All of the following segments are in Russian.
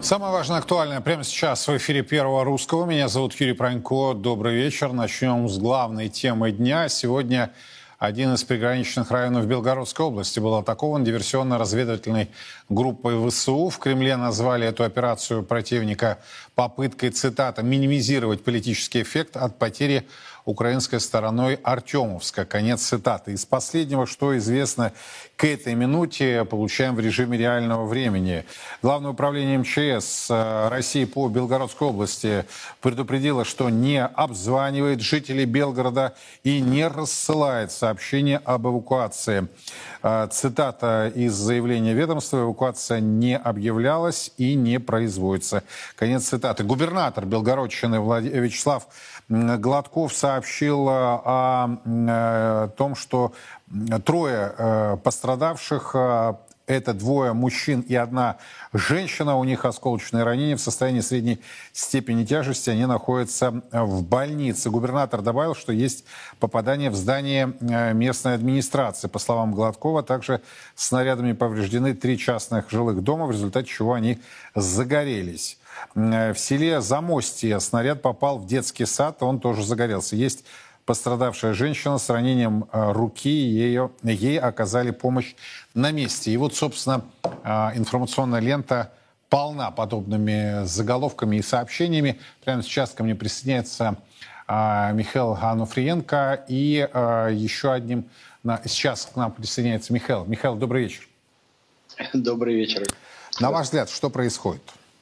Самое важное, актуальное прямо сейчас в эфире Первого Русского. Меня зовут Юрий Пронько. Добрый вечер. Начнем с главной темы дня. Сегодня один из приграничных районов Белгородской области был атакован диверсионно-разведывательной группой ВСУ. В Кремле назвали эту операцию противника попыткой, цитата, «минимизировать политический эффект от потери украинской стороной Артемовска». Конец цитаты. Из последнего, что известно к этой минуте, получаем в режиме реального времени. Главное управление МЧС России по Белгородской области предупредило, что не обзванивает жителей Белгорода и не рассылает сообщения об эвакуации. Цитата из заявления ведомства: «Эвакуация не объявлялась и не производится». Конец цитаты. Губернатор Белгородчины Вячеслав Гладков сообщил о том, что трое пострадавших, это двое мужчин и одна женщина, у них осколочные ранения в состоянии средней степени тяжести, они находятся в больнице. Губернатор добавил, что есть попадание в здание местной администрации. По словам Гладкова, также снарядами повреждены 3 частных жилых дома, в результате чего они загорелись. В селе Замостье снаряд попал в детский сад, он тоже загорелся. Есть пострадавшая женщина с ранением руки, ей оказали помощь на месте. И вот, собственно, информационная лента полна подобными заголовками и сообщениями. Прямо сейчас ко мне присоединяется Михаил Ануфриенко. И еще одним сейчас к нам присоединяется Михаил. Михаил, добрый вечер. Добрый вечер. На ваш взгляд, что происходит?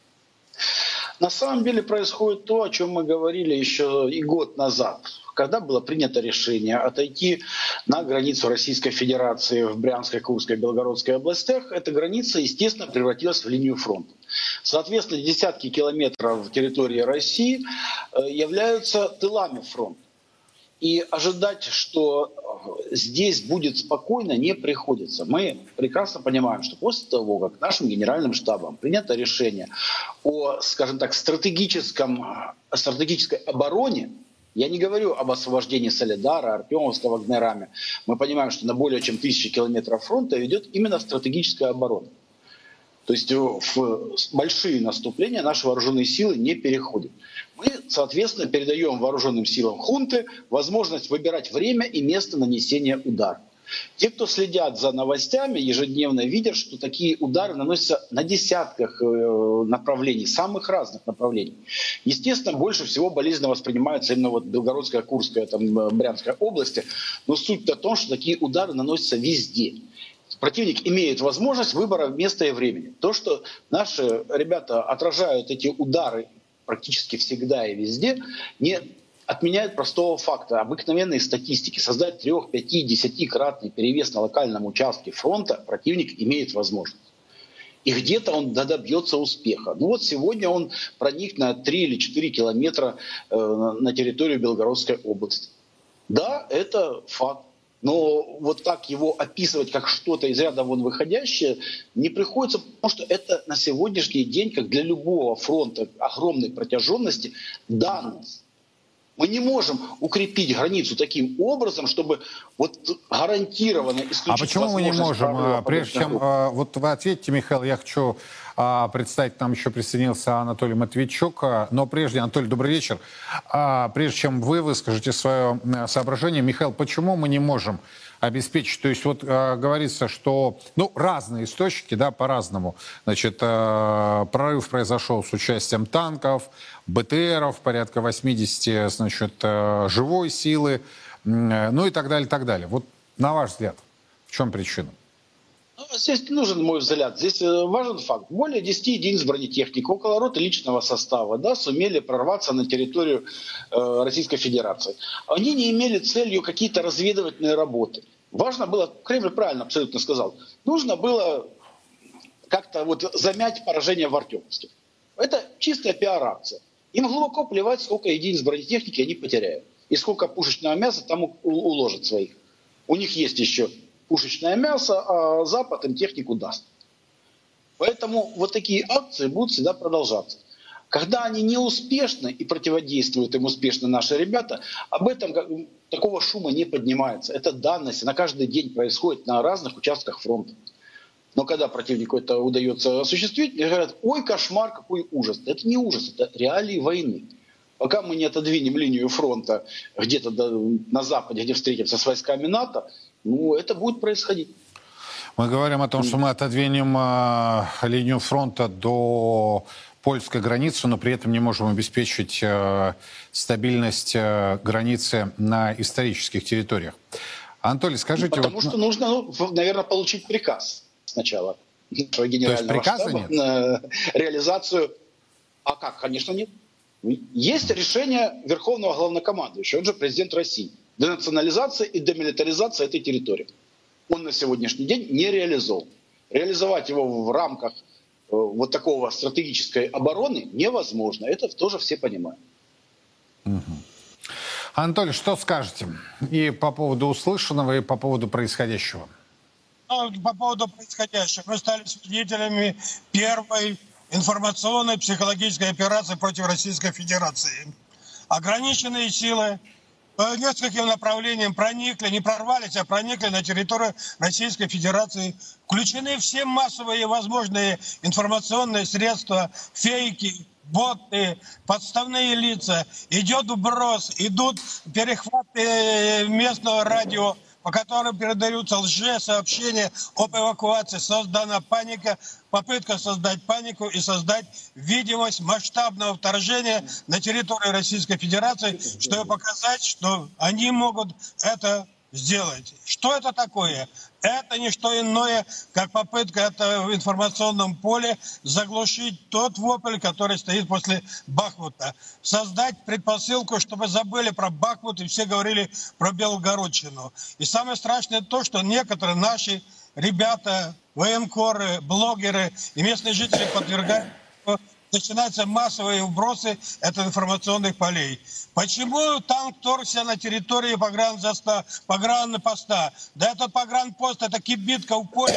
На самом деле происходит то, о чем мы говорили еще и год назад, когда было принято решение отойти на границу Российской Федерации в Брянской, Курской, Белгородской областях. Эта граница, естественно, превратилась в линию фронта. Соответственно, десятки километров территории России являются тылами фронта. И ожидать, что здесь будет спокойно, не приходится. Мы прекрасно понимаем, что после того, как нашим генеральным штабом принято решение о, скажем так, стратегической обороне, я не говорю об освобождении Солидара, Артемовска, Вагнерами, мы понимаем, что на более чем 1000 километров фронта идет именно стратегическая оборона. То есть в большие наступления наши вооруженные силы не переходят. Мы, соответственно, передаем вооруженным силам хунты возможность выбирать время и место нанесения удара. Те, кто следят за новостями, ежедневно видят, что такие удары наносятся на десятках направлений, самых разных направлений. Естественно, больше всего болезненно воспринимаются именно вот Белгородская, Курская, Брянская области. Но суть-то в том, что такие удары наносятся везде. Противник имеет возможность выбора места и времени. То, что наши ребята отражают эти удары практически всегда и везде, не отменяет простого факта, обыкновенной статистики. Создать 3, 5, 10-кратный перевес на локальном участке фронта противник имеет возможность. И где-то он добьется успеха. Ну вот сегодня он проник на 3 или 4 километра на территорию Белгородской области. Да, это факт. Но вот так его описывать как что-то из ряда вон выходящее не приходится, потому что это на сегодняшний день, как для любого фронта огромной протяженности, данность. Мы не можем укрепить границу таким образом, чтобы вот гарантированно исключить. А почему мы не можем? Прежде чем вот вы ответите, Михаил, я хочу представить, к нам еще присоединился Анатолий Матвейчук. Но прежде, Анатолий, добрый вечер. Прежде чем вы выскажете свое соображение, Михаил, почему мы не можем обеспечить? То есть вот говорится, что разные источники, да, по-разному. Значит, прорыв произошел с участием танков, БТРов, порядка 80, значит, живой силы, ну и так далее, так далее. Вот на ваш взгляд, в чем причина? Здесь не нужен мой взгляд. Здесь важен факт. Более 10 единиц бронетехники, около роты личного состава, да, сумели прорваться на территорию Российской Федерации. Они не имели целью какие-то разведывательные работы. Важно было, Кремль правильно абсолютно сказал, нужно было как-то вот замять поражение в Артемовске. Это чистая пиар-акция. Им глубоко плевать, сколько единиц бронетехники они потеряют. И сколько пушечного мяса там уложат своих. У них есть еще пушечное мясо, а Запад им технику даст. Поэтому вот такие акции будут всегда продолжаться. Когда они не успешны и противодействуют им успешно наши ребята, об этом такого шума не поднимается. Это данность, она каждый день происходит на разных участках фронта. Но когда противнику это удается осуществить, говорят: ой, кошмар, какой ужас. Это не ужас, это реалии войны. Пока мы не отодвинем линию фронта где-то на западе, где встретимся с войсками НАТО, это будет происходить. Мы говорим о том, что мы отодвинем линию фронта до польской границы, но при этом не можем обеспечить стабильность границы на исторических территориях. Анатолий, скажите... Потому что нужно, наверное, получить приказ сначала генерального штаба на реализацию. А как? Конечно, нет. Есть решение Верховного Главнокомандующего, он же президент России. Денационализация и демилитаризация этой территории. Он на сегодняшний день не реализован. Реализовать его в рамках вот такого стратегической обороны невозможно. Это тоже все понимают. Анатолий, что скажете и по поводу услышанного, и по поводу происходящего? По поводу происходящего. Мы стали свидетелями первой информационной психологической операции против Российской Федерации. Ограниченные силы по нескольким направлениям проникли, не прорвались, а проникли на территорию Российской Федерации. Включены все массовые возможные информационные средства, фейки, боты, подставные лица. Идет вброс, идут перехваты местного радио, по которым передаются лжесообщения об эвакуации. Создана паника, попытка создать панику и создать видимость масштабного вторжения на территорию Российской Федерации, чтобы показать, что они могут это сделать. Что это такое? Это не что иное, как попытка в информационном поле заглушить тот вопль, который стоит после Бахмута. Создать предпосылку, чтобы забыли про Бахмут и все говорили про Белгородчину. И самое страшное то, что некоторые наши ребята, военкоры, блогеры и местные жители подвергают, начинаются массовые вбросы от информационных полей. Почему танк вторгся на территории погранпоста? Да этот погранпост — это кибитка в поле,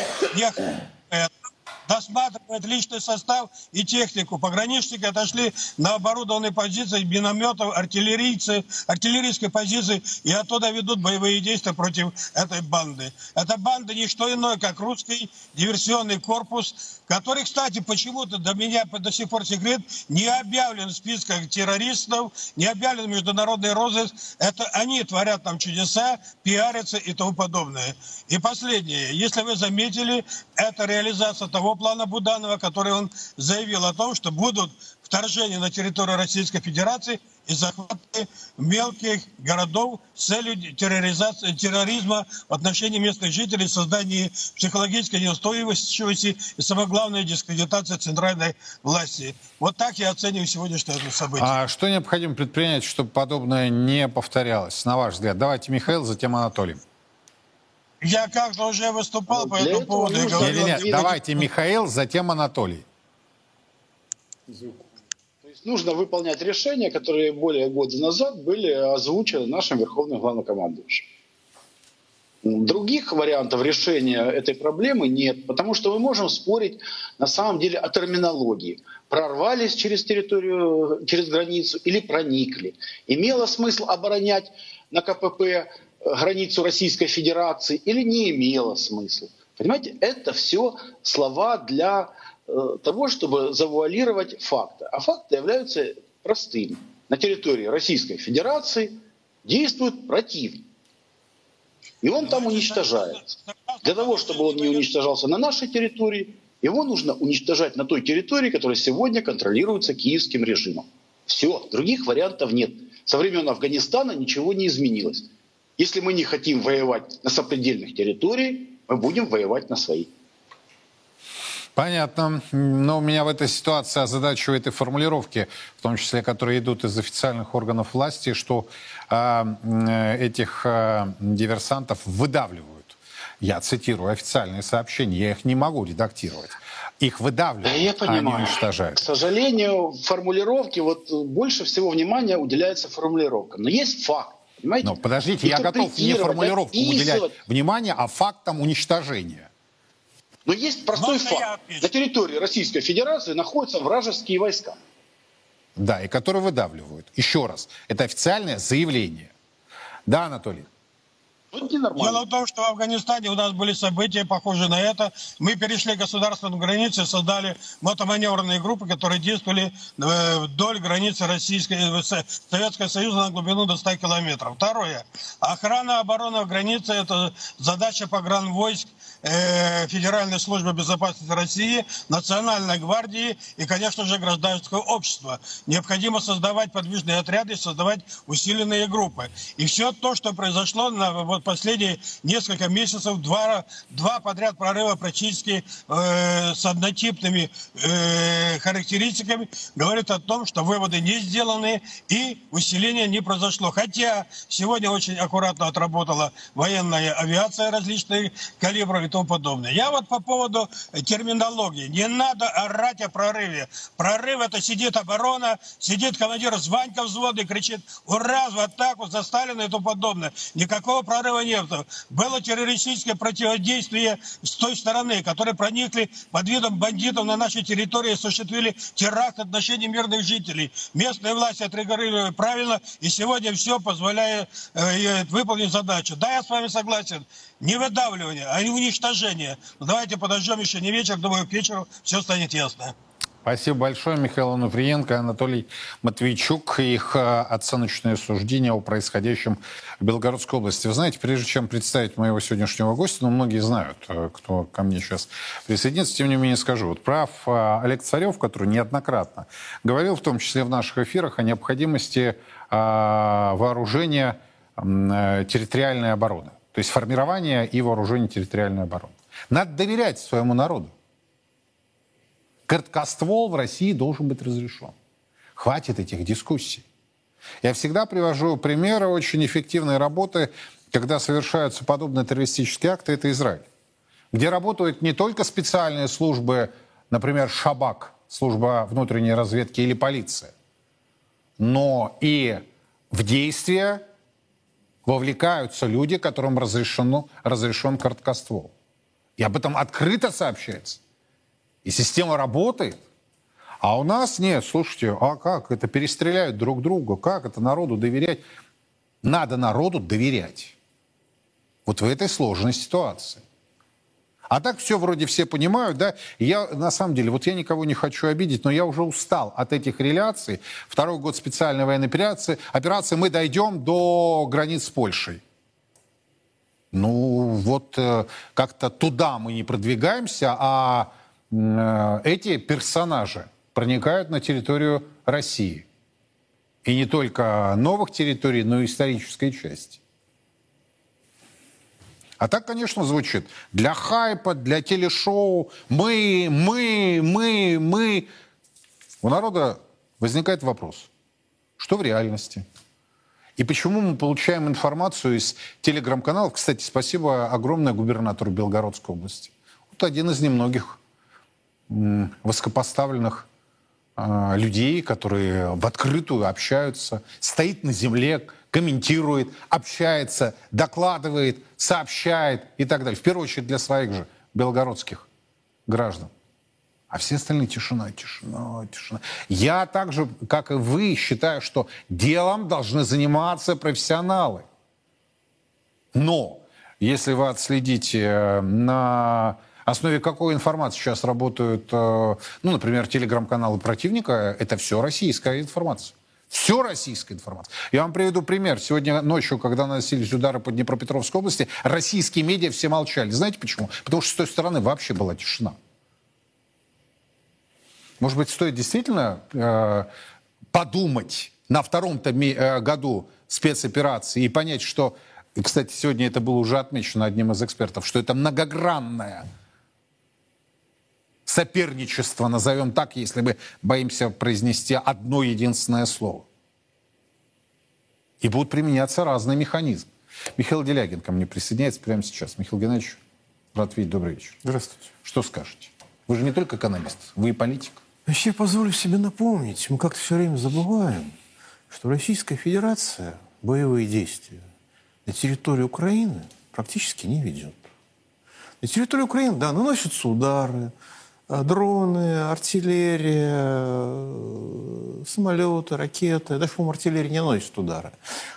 досматривает личный состав и технику. Пограничники отошли на оборудованные позиции минометов, артиллерийской позиции, и оттуда ведут боевые действия против этой банды. Эта банда не что иное, как русский диверсионный корпус, который, кстати, почему-то до меня до сих пор секрет, не объявлен в списках террористов, не объявлен международный розыск. Это они творят там чудеса, пиарятся и тому подобное. И последнее. Если вы заметили, это реализация того плана Буданова, который он заявил о том, что будут вторжения на территорию Российской Федерации и захваты мелких городов с целью терроризма в отношении местных жителей, создания психологической неустойчивости и, самое главное, дискредитация центральной власти. Вот так я оцениваю сегодняшнее событие. А что необходимо предпринять, чтобы подобное не повторялось, на ваш взгляд? Давайте Михаил, затем Анатолий. Я как-то уже выступал по этому поводу. Нет, давайте Михаил, затем Анатолий. То есть нужно выполнять решения, которые более года назад были озвучены нашим Верховным Главнокомандующим. Других вариантов решения этой проблемы нет, потому что мы можем спорить на самом деле о терминологии. Прорвались через территорию, через границу или проникли. Имело смысл оборонять на КПП границу Российской Федерации или не имело смысла. Понимаете, это все слова для того, чтобы завуалировать факты. А факты являются простыми. На территории Российской Федерации действует противник. И он там уничтожается. Для того, чтобы он не уничтожался на нашей территории, его нужно уничтожать на той территории, которая сегодня контролируется киевским режимом. Все, других вариантов нет. Со времен Афганистана ничего не изменилось. Если мы не хотим воевать на сопредельных территориях, мы будем воевать на своих. Понятно. Но меня в этой ситуации озадачивают и формулировки, в том числе, которые идут из официальных органов власти, что этих диверсантов выдавливают. Я цитирую официальные сообщения, я их не могу редактировать. Их выдавливают, я понимаю. Они уничтожают. К сожалению, формулировки, больше всего внимания уделяется формулировкам. Но есть факт. Понимаете? Но подождите, я готов не формулировку уделять внимание, а фактам уничтожения. Но есть простой факт. На территории Российской Федерации находятся вражеские войска. Да, и которые выдавливают. Еще раз, это официальное заявление. Да, Анатолий? Вот ненормально. Дело в том, что в Афганистане у нас были события, похожие на это. Мы перешли государственную границу, создали мотоманевренные группы, которые действовали вдоль границы Советского Союза на глубину до 100 километров. Второе. Охрана обороны границы – это задача погранвойск, Федеральной службы безопасности России, Национальной гвардии и, конечно же, гражданского общества. Необходимо создавать подвижные отряды, создавать усиленные группы. И все то, что произошло на последние несколько месяцев, два подряд прорыва практически с однотипными характеристиками, говорит о том, что выводы не сделаны и усиление не произошло. Хотя сегодня очень аккуратно отработала военная авиация различных калибров и тому подобное. Я вот по поводу терминологии. Не надо орать о прорыве. Прорыв — это сидит оборона, сидит командир званька взвода и кричит: ура, в атаку за Сталина и тому подобное. Никакого прорыва нет. Было террористическое противодействие с той стороны, которые проникли под видом бандитов на нашей территории и осуществили теракт в отношении мирных жителей. Местные власти отреагировали правильно, и сегодня все позволяет выполнить задачу. Да, я с вами согласен. Не выдавливание, а уничтожение. Но давайте подождем еще не вечер, думаю, к вечеру все станет ясно. Спасибо большое. Михаил Онуфриенко, Анатолий Матвейчук. Их оценочные суждения о происходящем в Белгородской области. Вы знаете, прежде чем представить моего сегодняшнего гостя, многие знают, кто ко мне сейчас присоединится, тем не менее скажу. Вот прав Олег Царев, который неоднократно говорил, в том числе в наших эфирах, о необходимости вооружения территориальной обороны. То есть формирование и вооружение территориальной обороны. Надо доверять своему народу. Короткоствол в России должен быть разрешен. Хватит этих дискуссий. Я всегда привожу примеры очень эффективной работы, когда совершаются подобные террористические акты, это Израиль. Где работают не только специальные службы, например, Шабак, служба внутренней разведки или полиция, но и в действия вовлекаются люди, которым разрешен короткоствол. И об этом открыто сообщается. И система работает. А у нас нет, слушайте, а как? Это перестреляют друг друга. Как это народу доверять? Надо народу доверять. Вот в этой сложной ситуации. А так все вроде все понимают, да? И я, на самом деле, вот я никого не хочу обидеть, но я уже устал от этих реляций. Второй год специальной военной операции мы дойдем до границ с Польшей. Ну, вот как-то туда мы не продвигаемся, а эти персонажи проникают на территорию России. И не только новых территорий, но и исторической части. А так, конечно, звучит для хайпа, для телешоу. Мы. У народа возникает вопрос, что в реальности? И почему мы получаем информацию из телеграм-каналов? Кстати, спасибо огромное губернатору Белгородской области. Вот один из немногих высокопоставленных людей, которые в открытую общаются, стоит на земле, комментирует, общается, докладывает, сообщает и так далее. В первую очередь для своих же белгородских граждан. А все остальные тишина. Я так же, как и вы, считаю, что делом должны заниматься профессионалы. Но если вы отследите, на основе какой информации сейчас работают, например, телеграм-каналы противника, это все российская информация. Все российская информация. Я вам приведу пример. Сегодня ночью, когда наносились удары по Днепропетровской области, российские медиа все молчали. Знаете почему? Потому что с той стороны вообще была тишина. Может быть, стоит действительно подумать на втором-то году спецоперации и понять, что, и, кстати, сегодня это было уже отмечено одним из экспертов, что это многогранное соперничество, назовем так, если мы боимся произнести одно единственное слово. И будут применяться разные механизмы. Михаил Делягин ко мне присоединяется прямо сейчас. Михаил Геннадьевич, рад видеть, добрый вечер. Здравствуйте. Что скажете? Вы же не только экономист, вы и политик. Я позволю себе напомнить, мы как-то все время забываем, что Российская Федерация боевые действия на территории Украины практически не ведет. На территории Украины, да, наносятся удары, дроны, артиллерия, самолеты, ракеты. Даже, по-моему, артиллерия не наносит удары.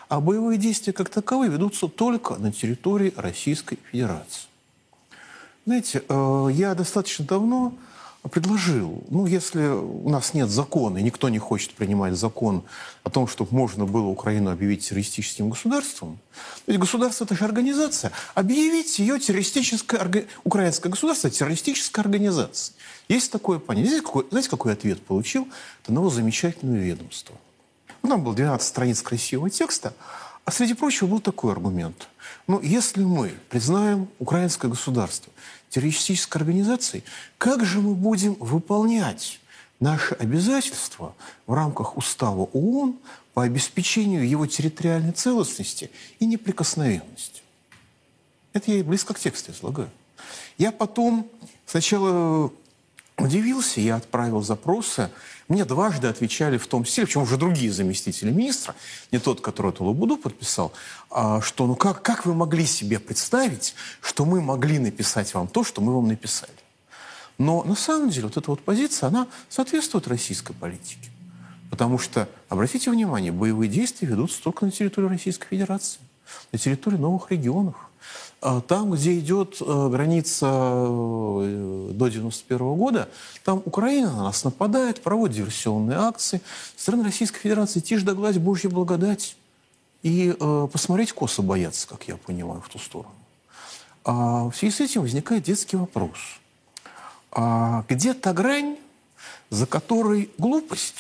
а боевые действия как таковые ведутся только на территории Российской Федерации. Знаете, я достаточно давно предложил, если у нас нет закона, и никто не хочет принимать закон о том, чтобы можно было Украину объявить террористическим государством, ведь государство – это же организация, объявить ее украинское государство террористической организацией. Есть такое понятие. Знаете, какой ответ получил от одного замечательного ведомства? Там было 12 страниц красивого текста, а среди прочего был такой аргумент. Если мы признаем украинское государство террористической организацией, как же мы будем выполнять наши обязательства в рамках Устава ООН по обеспечению его территориальной целостности и неприкосновенности? Это я и близко к тексту излагаю. Я потом сначала удивился, я отправил запросы. Мне дважды отвечали в том стиле, причем уже другие заместители министра, не тот, который эту лабуду подписал, что как вы могли себе представить, что мы могли написать вам то, что мы вам написали. Но на самом деле вот эта вот позиция, она соответствует российской политике. Потому что, обратите внимание, боевые действия ведутся только на территории Российской Федерации, на территории новых регионов. Там, где идет граница до 1991 года, там Украина на нас нападает, проводит диверсионные акции. Со стороны Российской Федерации тишь да гладь, Божья благодать. И посмотреть косо боятся, как я понимаю, в ту сторону. В связи с этим возникает детский вопрос. Где та грань, за которой глупость,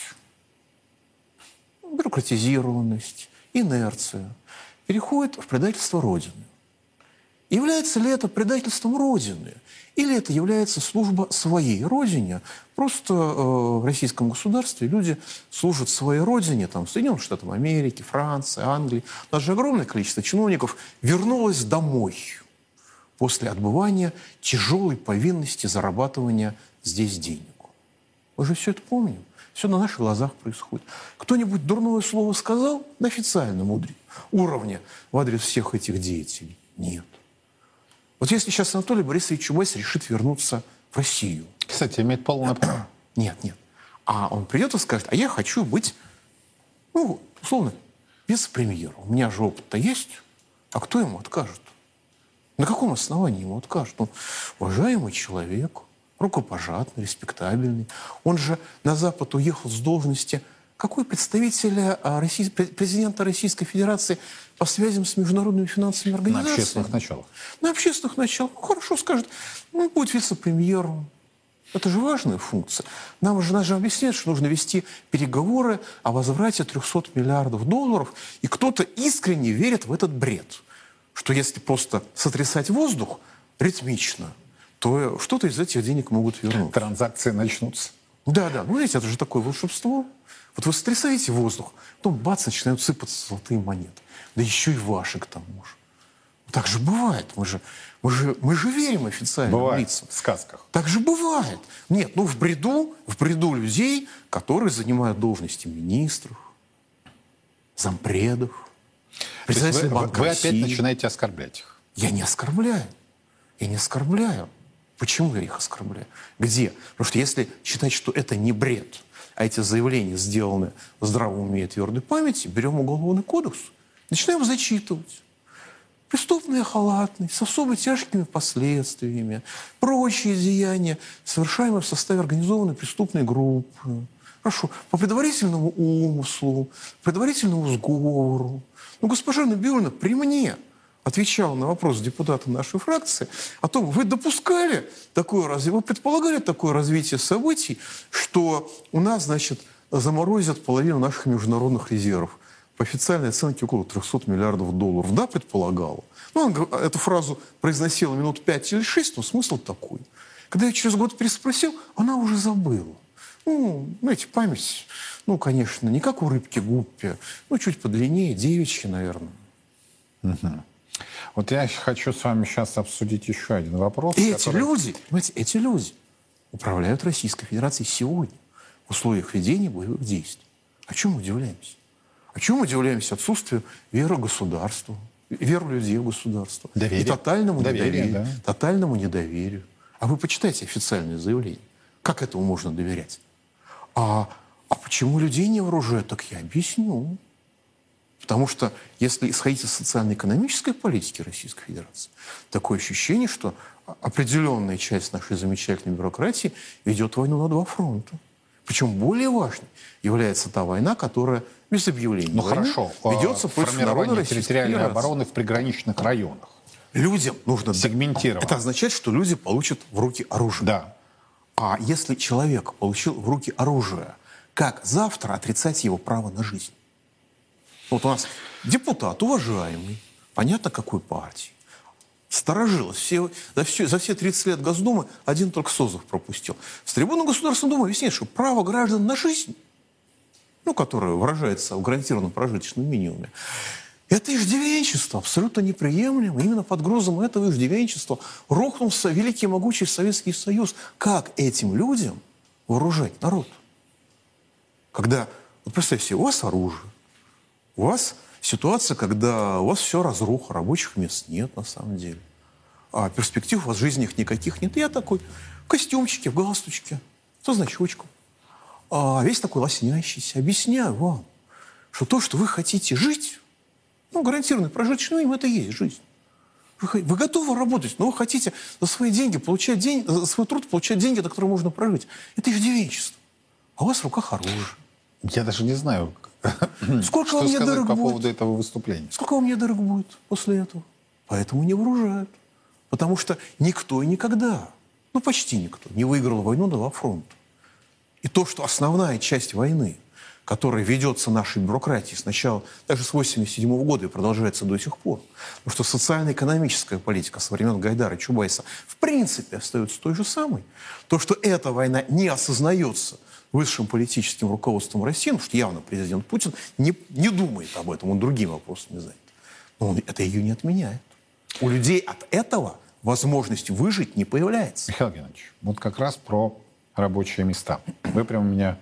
бюрократизированность, инерция переходит в предательство Родины? Является ли это предательством Родины? Или это является служба своей Родине? Просто в российском государстве люди служат своей Родине, там, Соединенным Штатам Америки, Франции, Англии. Даже огромное количество чиновников вернулось домой после отбывания тяжелой повинности зарабатывания здесь денег. Мы же все это помним. Все на наших глазах происходит. Кто-нибудь дурное слово сказал на официальном уровне в адрес всех этих деятелей? Нет. Вот если сейчас Анатолий Борисович Чубайс решит вернуться в Россию. Кстати, имеет полное право. Нет. А он придет и скажет, а я хочу быть, условно, вице-премьером. У меня же опыт-то есть. А кто ему откажет? На каком основании ему откажут? Он уважаемый человек, рукопожатный, респектабельный. Он же на Запад уехал с должности какой представителя президента Российской Федерации по связям с международными финансовыми организациями? На общественных началах. На общественных началах. Хорошо, скажет, будет вице-премьером. Это же важная функция. Нам же объясняют, что нужно вести переговоры о возврате 300 миллиардов долларов, и кто-то искренне верит в этот бред, что если просто сотрясать воздух ритмично, то что-то из этих денег могут вернуть. Транзакции начнутся. Да. Видите, это же такое волшебство. Вот вы сотрясаете воздух, потом бац, начинают сыпаться золотые монеты. Да еще и ваши к тому же. Так же бывает. Мы же верим официальным лицам. В сказках. Так же бывает. Нет, в бреду людей, которые занимают должности министров, зампредов, председателей Банка России. Вы опять начинаете оскорблять их. Я не оскорбляю. Почему я их оскорбляю? Где? Потому что если считать, что это не бред, а эти заявления сделаны в здравом уме и твердой памяти, берем Уголовный кодекс, начинаем зачитывать. Преступная халатность с особо тяжкими последствиями, прочие деяния, совершаемые в составе организованной преступной группы. Хорошо, по предварительному умыслу, предварительному сговору. Госпожа Набиуллина при мне отвечала на вопрос депутата нашей фракции о том, вы допускали такое развитие, вы предполагали такое развитие событий, что у нас, заморозят половину наших международных резервов. По официальной оценке около 300 миллиардов долларов. Да, предполагала. Она эту фразу произносила минут 5 или 6, но смысл такой. Когда я через год переспросил, она уже забыла. Память, конечно, не как у рыбки Гуппи, чуть подлиннее, девичья, наверное. Угу. Вот я хочу с вами сейчас обсудить еще один вопрос. Эти люди управляют Российской Федерацией сегодня в условиях ведения боевых действий. О чем мы удивляемся? О чем мы удивляемся отсутствию веры государству, веры людей в государство? Доверие. И тотальному недоверию. Да. Тотальному недоверию. А вы почитайте официальные заявления. Как этому можно доверять? А почему людей не вооружают? Так я объясню. Потому что если исходить из социально-экономической политики Российской Федерации, такое ощущение, что определенная часть нашей замечательной бюрократии ведет войну на два фронта. Причем более важной является та война, которая без объявления войны ведется против народа Российской территориальной обороны в приграничных районах. Людям нужно сегментировать. Это означает, что люди получат в руки оружие. Да. А если человек получил в руки оружие, как завтра отрицать его право на жизнь? Вот у нас депутат уважаемый, понятно какой партии, сторожилась. За все 30 лет Госдумы один только Созов пропустил. С трибуны Государственной Думы объясняет, что право граждан на жизнь, которое выражается в гарантированном прожиточном минимуме, это иждивенчество, абсолютно неприемлемо. Именно под грузом этого иждивенчества рухнулся великий могучий Советский Союз. Как этим людям вооружать народ? Когда, вот представьте себе, у вас оружие, у вас ситуация, когда у вас все разруха, рабочих мест нет на самом деле. А перспектив у вас в жизни никаких нет. Я такой в костюмчике, в галстучке, со значочком. Весь такой лоснящийся. Объясняю вам, что то, что вы хотите жить, гарантированный прожиточный минимум, это и есть жизнь. Вы готовы работать, но вы хотите за свои деньги получать деньги, за свой труд получать деньги, на которые можно прожить. Это иждивенчество. А у вас в руках оружие. Я даже не знаю, сколько что вам сказать недорого по будет поводу этого выступления. Сколько вам недорого будет после этого? Поэтому не вооружают. Потому что никто и никогда, почти никто, не выиграл войну на два фронта. И то, что основная часть войны, которая ведется нашей бюрократией сначала, даже с 1987 года и продолжается до сих пор, потому что социально-экономическая политика со времен Гайдара и Чубайса в принципе остается той же самой, то, что эта война не осознается высшим политическим руководством России, потому что явно президент Путин не думает об этом, он другим вопросом не занят. Но он это ее не отменяет. У людей от этого возможность выжить не появляется. Михаил Геннадьевич, вот как раз про рабочие места. Вы прямо меня...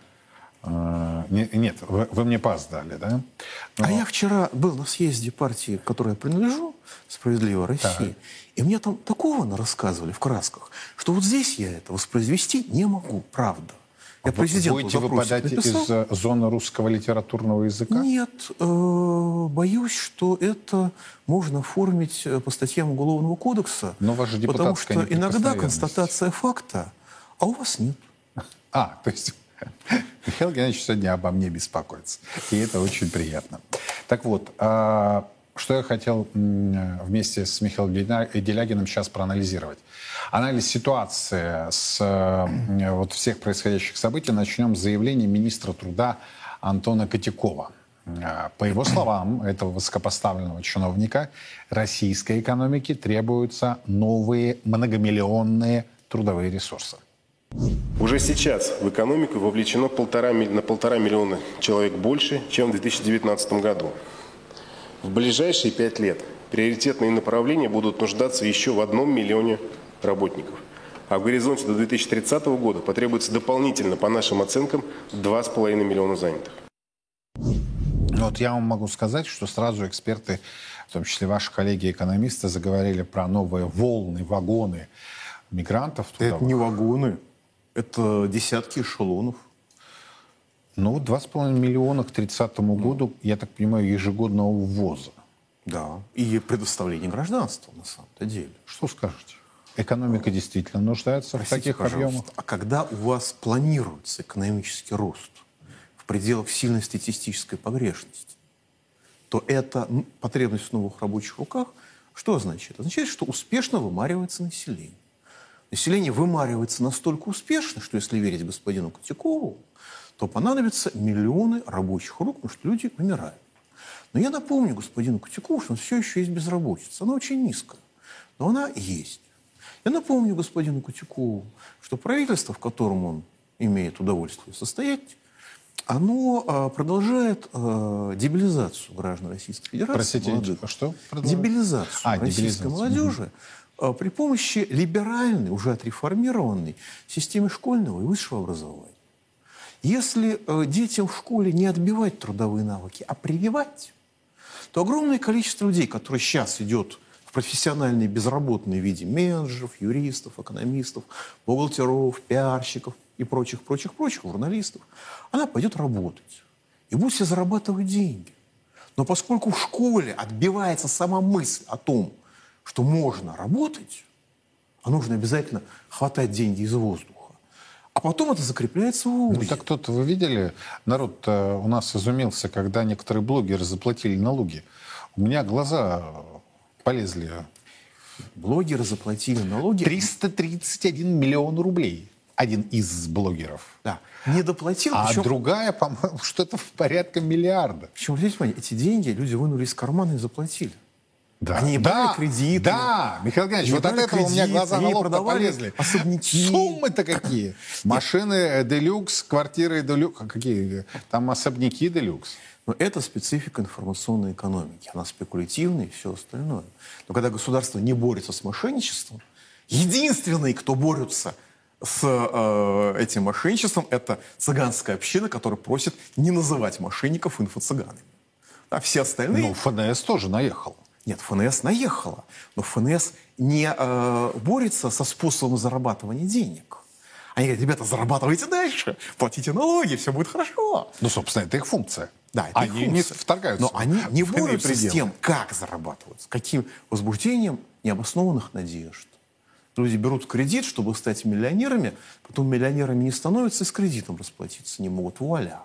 Нет, вы мне пас дали, да? А я вчера был на съезде партии, к которой я принадлежу, «Справедливая Россия», и мне там такого рассказывали в красках, что вот здесь я это воспроизвести не могу, правда. Я Будете выпадать из зоны русского литературного языка? Нет, боюсь, что это можно оформить по статьям Уголовного кодекса, но у вас же потому что иногда констатация факта, а у вас нет. То есть Михаил Геннадьевич сегодня обо мне беспокоится, и это очень приятно. Так вот, что я хотел вместе с Михаилом Делягиным сейчас проанализировать. Анализ ситуации с всех происходящих событий начнем с заявления министра труда Антона Котякова. По его словам, этого высокопоставленного чиновника, российской экономике требуются новые многомиллионные трудовые ресурсы. Уже сейчас в экономику вовлечено на 1,5 миллиона человек больше, чем в 2019 году. В ближайшие 5 лет приоритетные направления будут нуждаться еще в 1 миллионе работников. А в горизонте до 2030 года потребуется дополнительно, по нашим оценкам, 2,5 миллиона занятых. Вот я вам могу сказать, что сразу эксперты, в том числе ваши коллеги-экономисты, заговорили про новые волны, вагоны мигрантов. Это не вагоны, это десятки эшелонов. 2,5 миллиона к 30 году, я так понимаю, ежегодного ввоза. Да, и предоставление гражданства, на самом-то деле. Что скажете? Экономика действительно нуждается в таких объемах? А когда у вас планируется экономический рост в пределах сильной статистической погрешности, то эта потребность в новых рабочих руках что означает? Означает, что успешно вымаривается население. Население вымаривается настолько успешно, что, если верить господину Котякову, то понадобятся миллионы рабочих рук, потому что люди умирают. Но я напомню господину Котякову, что все еще есть безработица. Она очень низкая, но она есть. Я напомню господину Котякову, что правительство, в котором он имеет удовольствие состоять, оно продолжает дебилизацию граждан Российской Федерации. Простите, молодых. что? Дебилизацию российской молодежи при помощи либеральной, уже отреформированной системы школьного и высшего образования. Если детям в школе не отбивать трудовые навыки, а прививать, то огромное количество людей, которые сейчас идет в профессиональные безработные в виде менеджеров, юристов, экономистов, бухгалтеров, пиарщиков и прочих, журналистов, она пойдет работать и будет себе зарабатывать деньги. Но поскольку в школе отбивается сама мысль о том, что можно работать, а нужно обязательно хватать деньги из воздуха, а потом это закрепляется в ВУЗе. Ну, так тут вы видели, народ у нас изумился, когда некоторые блогеры заплатили налоги. У меня глаза полезли. Блогеры заплатили налоги. 331 миллион рублей. Один из блогеров. Да, не доплатил. А причем, другая, по-моему, что-то в порядка миллиарда. причем, видите, эти деньги люди вынули из кармана и заплатили. Да. Они не брали кредиты. Да, Михаил Геннадьевич, Не вот от брали этого у меня кредиты, глаза на они лоб продавали полезли. особняки. Суммы-то какие. Машины делюкс, квартиры делюкс. Какие? Там особняки делюкс. Но это специфика информационной экономики. Она спекулятивная и все остальное. Но когда государство не борется с мошенничеством, единственные, кто борются с этим мошенничеством, это цыганская община, которая просит не называть мошенников инфо-цыганами. А все остальные... Ну, ФНС тоже наехал. Нет, ФНС наехала, но ФНС не борется со способом зарабатывания денег. Они говорят: ребята, зарабатывайте дальше, платите налоги, все будет хорошо. Ну, собственно, это их функция. Да, это они их не функция. вторгаются. Но они не в иные борются с пределы. тем, как зарабатывать, с каким возбуждением необоснованных надежд. Люди берут кредит, чтобы стать миллионерами, потом миллионерами не становятся и с кредитом расплатиться не могут. Вуаля.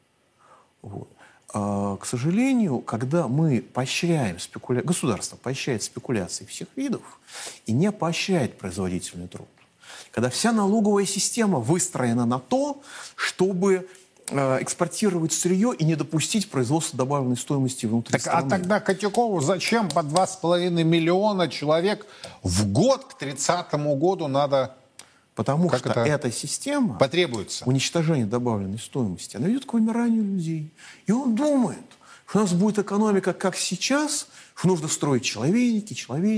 Вот. К сожалению, когда мы поощряем государство поощряет спекуляции всех видов и не поощряет производительный труд, когда вся налоговая система выстроена на то, чтобы экспортировать сырье и не допустить производства добавленной стоимости внутри страны. А тогда Котюкову зачем по 2,5 миллиона человек в год к 30-му году надо... Потому Как что это эта система потребуется? уничтожения добавленной стоимости, она ведет к вымиранию людей. И он думает, что у нас будет экономика как сейчас, что нужно строить человейники.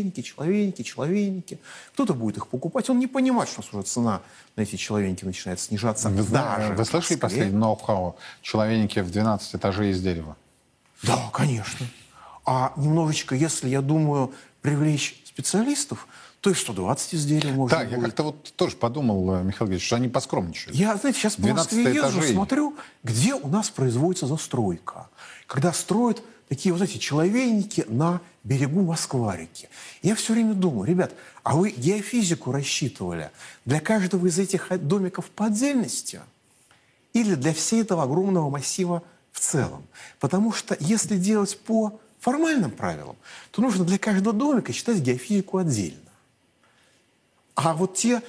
Кто-то будет их покупать. Он не понимает, что у нас уже цена на эти человейники начинает снижаться. Вы даже слышали в Москве. последний ноу-хау? Человейники в 12 этажей из дерева. Да, конечно. А немножечко, если, я думаю, привлечь специалистов, то и 120 из дерева можно Да, будет. я как-то вот тоже подумал, Михаил Георгиевич, что они поскромничают. Я, знаете, сейчас по 12 Москве езжу, этажей. смотрю, где у нас производится застройка. Когда строят такие, вот знаете, человейники на берегу Москва-реки. Я все время думаю: ребят, а вы геофизику рассчитывали для каждого из этих домиков по отдельности или для всего этого огромного массива в целом? Потому что если делать по формальным правилам, то нужно для каждого домика считать геофизику отдельно. А вот те,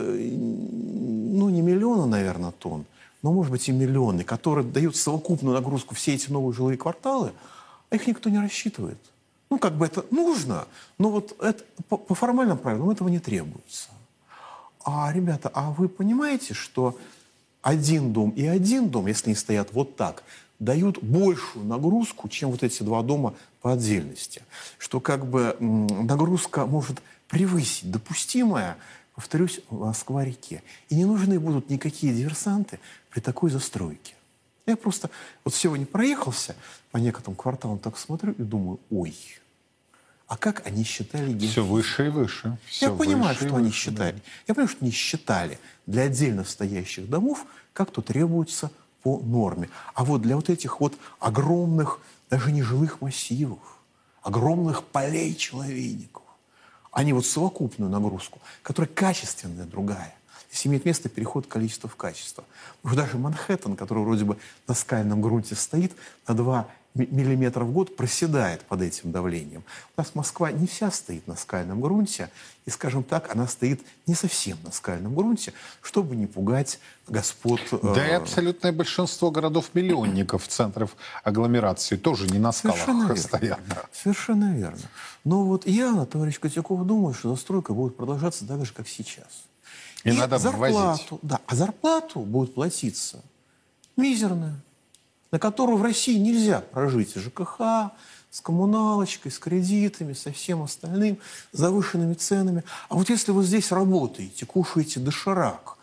не миллионы, наверное, тонн, но, может быть, и миллионы, которые дают совокупную нагрузку все эти новые жилые кварталы, а их никто не рассчитывает. Ну, как бы это нужно, но вот это, по формальным правилам этого не требуется. А, ребята, а вы понимаете, что один дом и один дом, если они стоят вот так, дают большую нагрузку, чем вот эти два дома по отдельности? Что как бы нагрузка может превысить допустимое, повторюсь, Москва-реке. И не нужны будут никакие диверсанты при такой застройке. Я просто вот сегодня проехался по некоторым кварталам, так смотрю и думаю: ой, а как они считали... Все выше и выше. Я понимаю, что они считали. Я понимаю, что они считали для отдельно стоящих домов, как то требуется по норме. А вот для вот этих вот огромных, даже не жилых массивов, огромных полей человейников, они вот совокупную нагрузку, которая качественная другая. Здесь имеет место переход количества в качество. Потому что даже Манхэттен, который вроде бы на скальном грунте стоит, на 2 миллиметра в год проседает под этим давлением. У нас Москва не вся стоит на скальном грунте, и, скажем так, она стоит не совсем на скальном грунте, чтобы не пугать господ... Да и абсолютное большинство городов-миллионников, центров агломерации тоже не на скалах стоят. Совершенно верно. Но вот явно товарищ Котюков думает, что застройка будет продолжаться так же, как сейчас. И надо ввозить. Да, а зарплату будет платиться мизерная, на которую в России нельзя прожить с ЖКХ, с коммуналочкой, с кредитами, со всем остальным, с завышенными ценами. А вот если вы здесь работаете, кушаете доширак,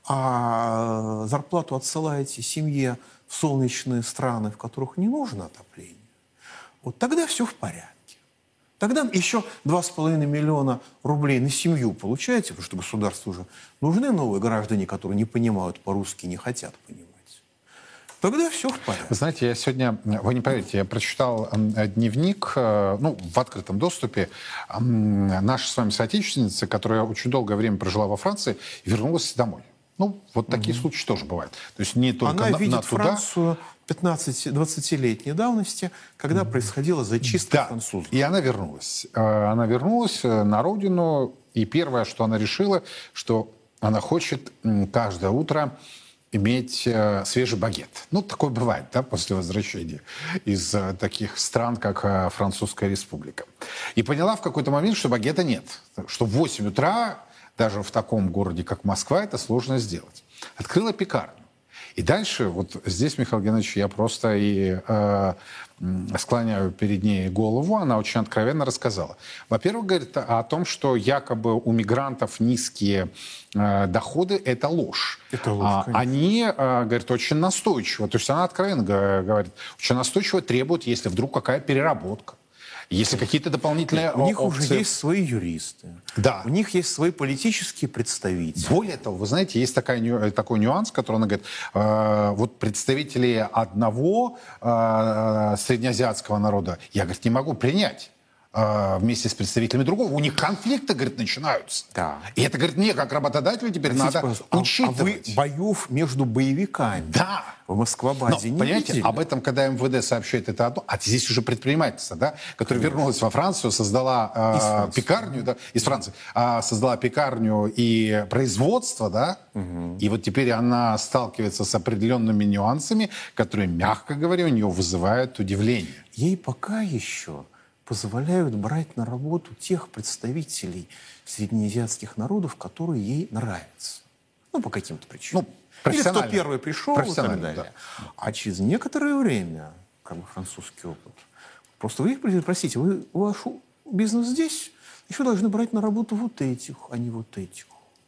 а зарплату отсылаете семье в солнечные страны, в которых не нужно отопление, вот тогда все в порядке. Тогда еще 2,5 миллиона рублей на семью получаете, потому что государству уже нужны новые граждане, которые не понимают по-русски, не хотят понимать. Тогда все в порядке. Вы знаете, я сегодня, вы не поверите, я прочитал дневник, в открытом доступе, нашей с вами соотечественницы, которая очень долгое время прожила во Франции и вернулась домой. Вот такие случаи тоже бывают. То есть не только Она видит Францию 15-20-летней давности, когда происходила зачистка французов. И она вернулась. Она вернулась на родину, и первое, что она решила, что она хочет каждое утро иметь свежий багет. Такое бывает, после возвращения из таких стран, как Французская Республика. И поняла в какой-то момент, что багета нет. Что в 8 утра, даже в таком городе, как Москва, это сложно сделать. Открыла пекарню. И дальше, вот здесь, Михаил Геннадьевич, я просто и склоняю перед ней голову. Она очень откровенно рассказала. Во-первых, говорит о том, что якобы у мигрантов низкие доходы – это ложь. Это ложь, они, говорит, очень настойчиво, то есть она откровенно говорит, очень настойчиво требуют, если вдруг какая переработка. Если какие-то дополнительные У них опции. уже есть свои юристы. Да. У них есть свои политические представители. Более того, вы знаете, есть такой нюанс, который она говорит, вот представители одного среднеазиатского народа я, говорит, не могу принять вместе с представителями другого. У них конфликты, говорит, начинаются. Да. И это, говорит, мне, как работодателю, теперь надо учитывать. А вы боев между боевиками в Москва-базе не понимаете, видели? об этом, когда МВД сообщает, это одно. А здесь уже предпринимательство, которая вернулась во Францию, создала пекарню, из Франции, создала пекарню и производство, и вот теперь она сталкивается с определенными нюансами, которые, мягко говоря, у нее вызывают удивление. Ей пока еще позволяют брать на работу тех представителей среднеазиатских народов, которые ей нравятся. По каким-то причинам. Или кто первый пришел и так далее. Да. А через некоторое время, французский опыт, просто вы их простите, вы ваш бизнес здесь еще должны брать на работу вот этих, а не вот этих.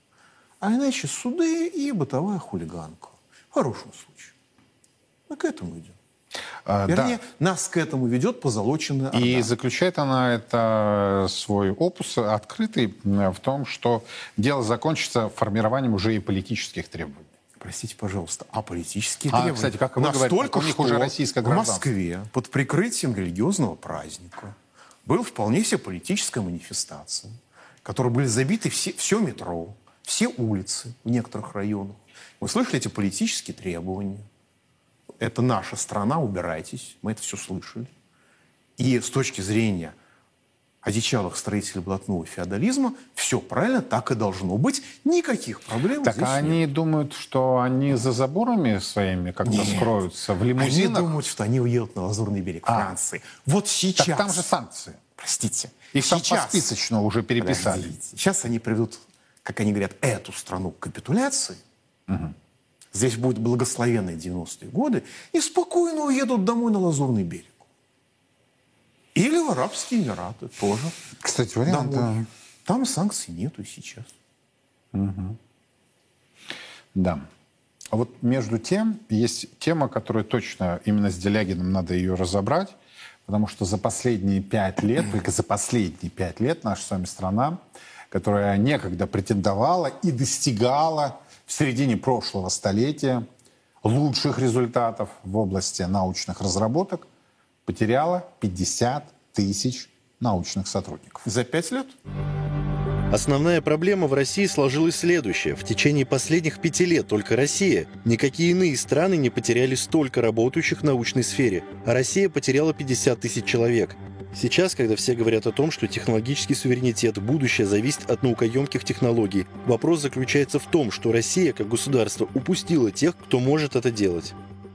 А иначе суды и бытовая хулиганка. В хорошем случае. Мы к этому идем. Вернее, нас к этому ведет позолоченная орда. И заключает она это свой опус открытый в том, что дело закончится формированием уже и политических требований. Простите, пожалуйста, а политические требования? Кстати, как вы говорите, у них уже российское гражданство. В Москве под прикрытием религиозного праздника была вполне себе политическая манифестация, в которой были забиты все метро, все улицы в некоторых районах. Вы слышали эти политические требования? Это наша страна, убирайтесь. Мы это все слышали. И с точки зрения одичалых строителей блатного феодализма все правильно, так и должно быть. Никаких проблем так здесь они нет. Думают, что они за заборами своими как-то скроются в лимузинах? Они думают, что они уедут на Лазурный берег Франции. Вот сейчас. Так там же санкции. Простите. Их там посписочно уже переписали. Подождите. Сейчас они приведут, как они говорят, эту страну к капитуляции. Угу. Здесь будут благословенные 90-е годы, и спокойно уедут домой на Лазурный берег. Или в Арабские Эмираты тоже. Кстати, вариант, да. Там санкций нету и сейчас. Угу. Да. А вот между тем есть тема, которую точно именно с Делягиным надо ее разобрать, потому что за последние 5 лет, только за последние 5 лет наша с вами страна, которая некогда претендовала и достигала в середине прошлого столетия лучших результатов в области научных разработок, потеряла 50 тысяч научных сотрудников. За 5 лет? Основная проблема в России сложилась следующая. В течение последних 5 лет только Россия, никакие иные страны не потеряли столько работающих в научной сфере, а Россия потеряла 50 тысяч человек. Сейчас, когда все говорят о том, что технологический суверенитет, будущее зависит от наукоемких технологий, вопрос заключается в том, что Россия, как государство, упустила тех, кто может это делать.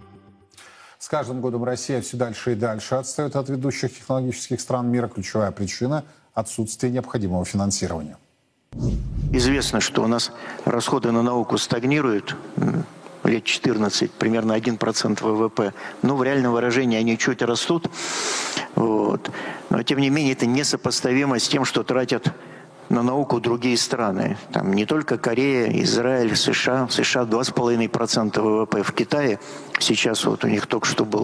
С каждым годом Россия все дальше и дальше отстает от ведущих технологических стран мира. Ключевая причина – отсутствие необходимого финансирования. Известно, что у нас расходы на науку стагнируют лет 14, примерно 1% ВВП. Но в реальном выражении они чуть растут. Вот. Но, тем не менее, это несопоставимо с тем, что тратят на науку другие страны. Там не только Корея, Израиль, США. В США 2,5% ВВП. В Китае сейчас вот у них только что был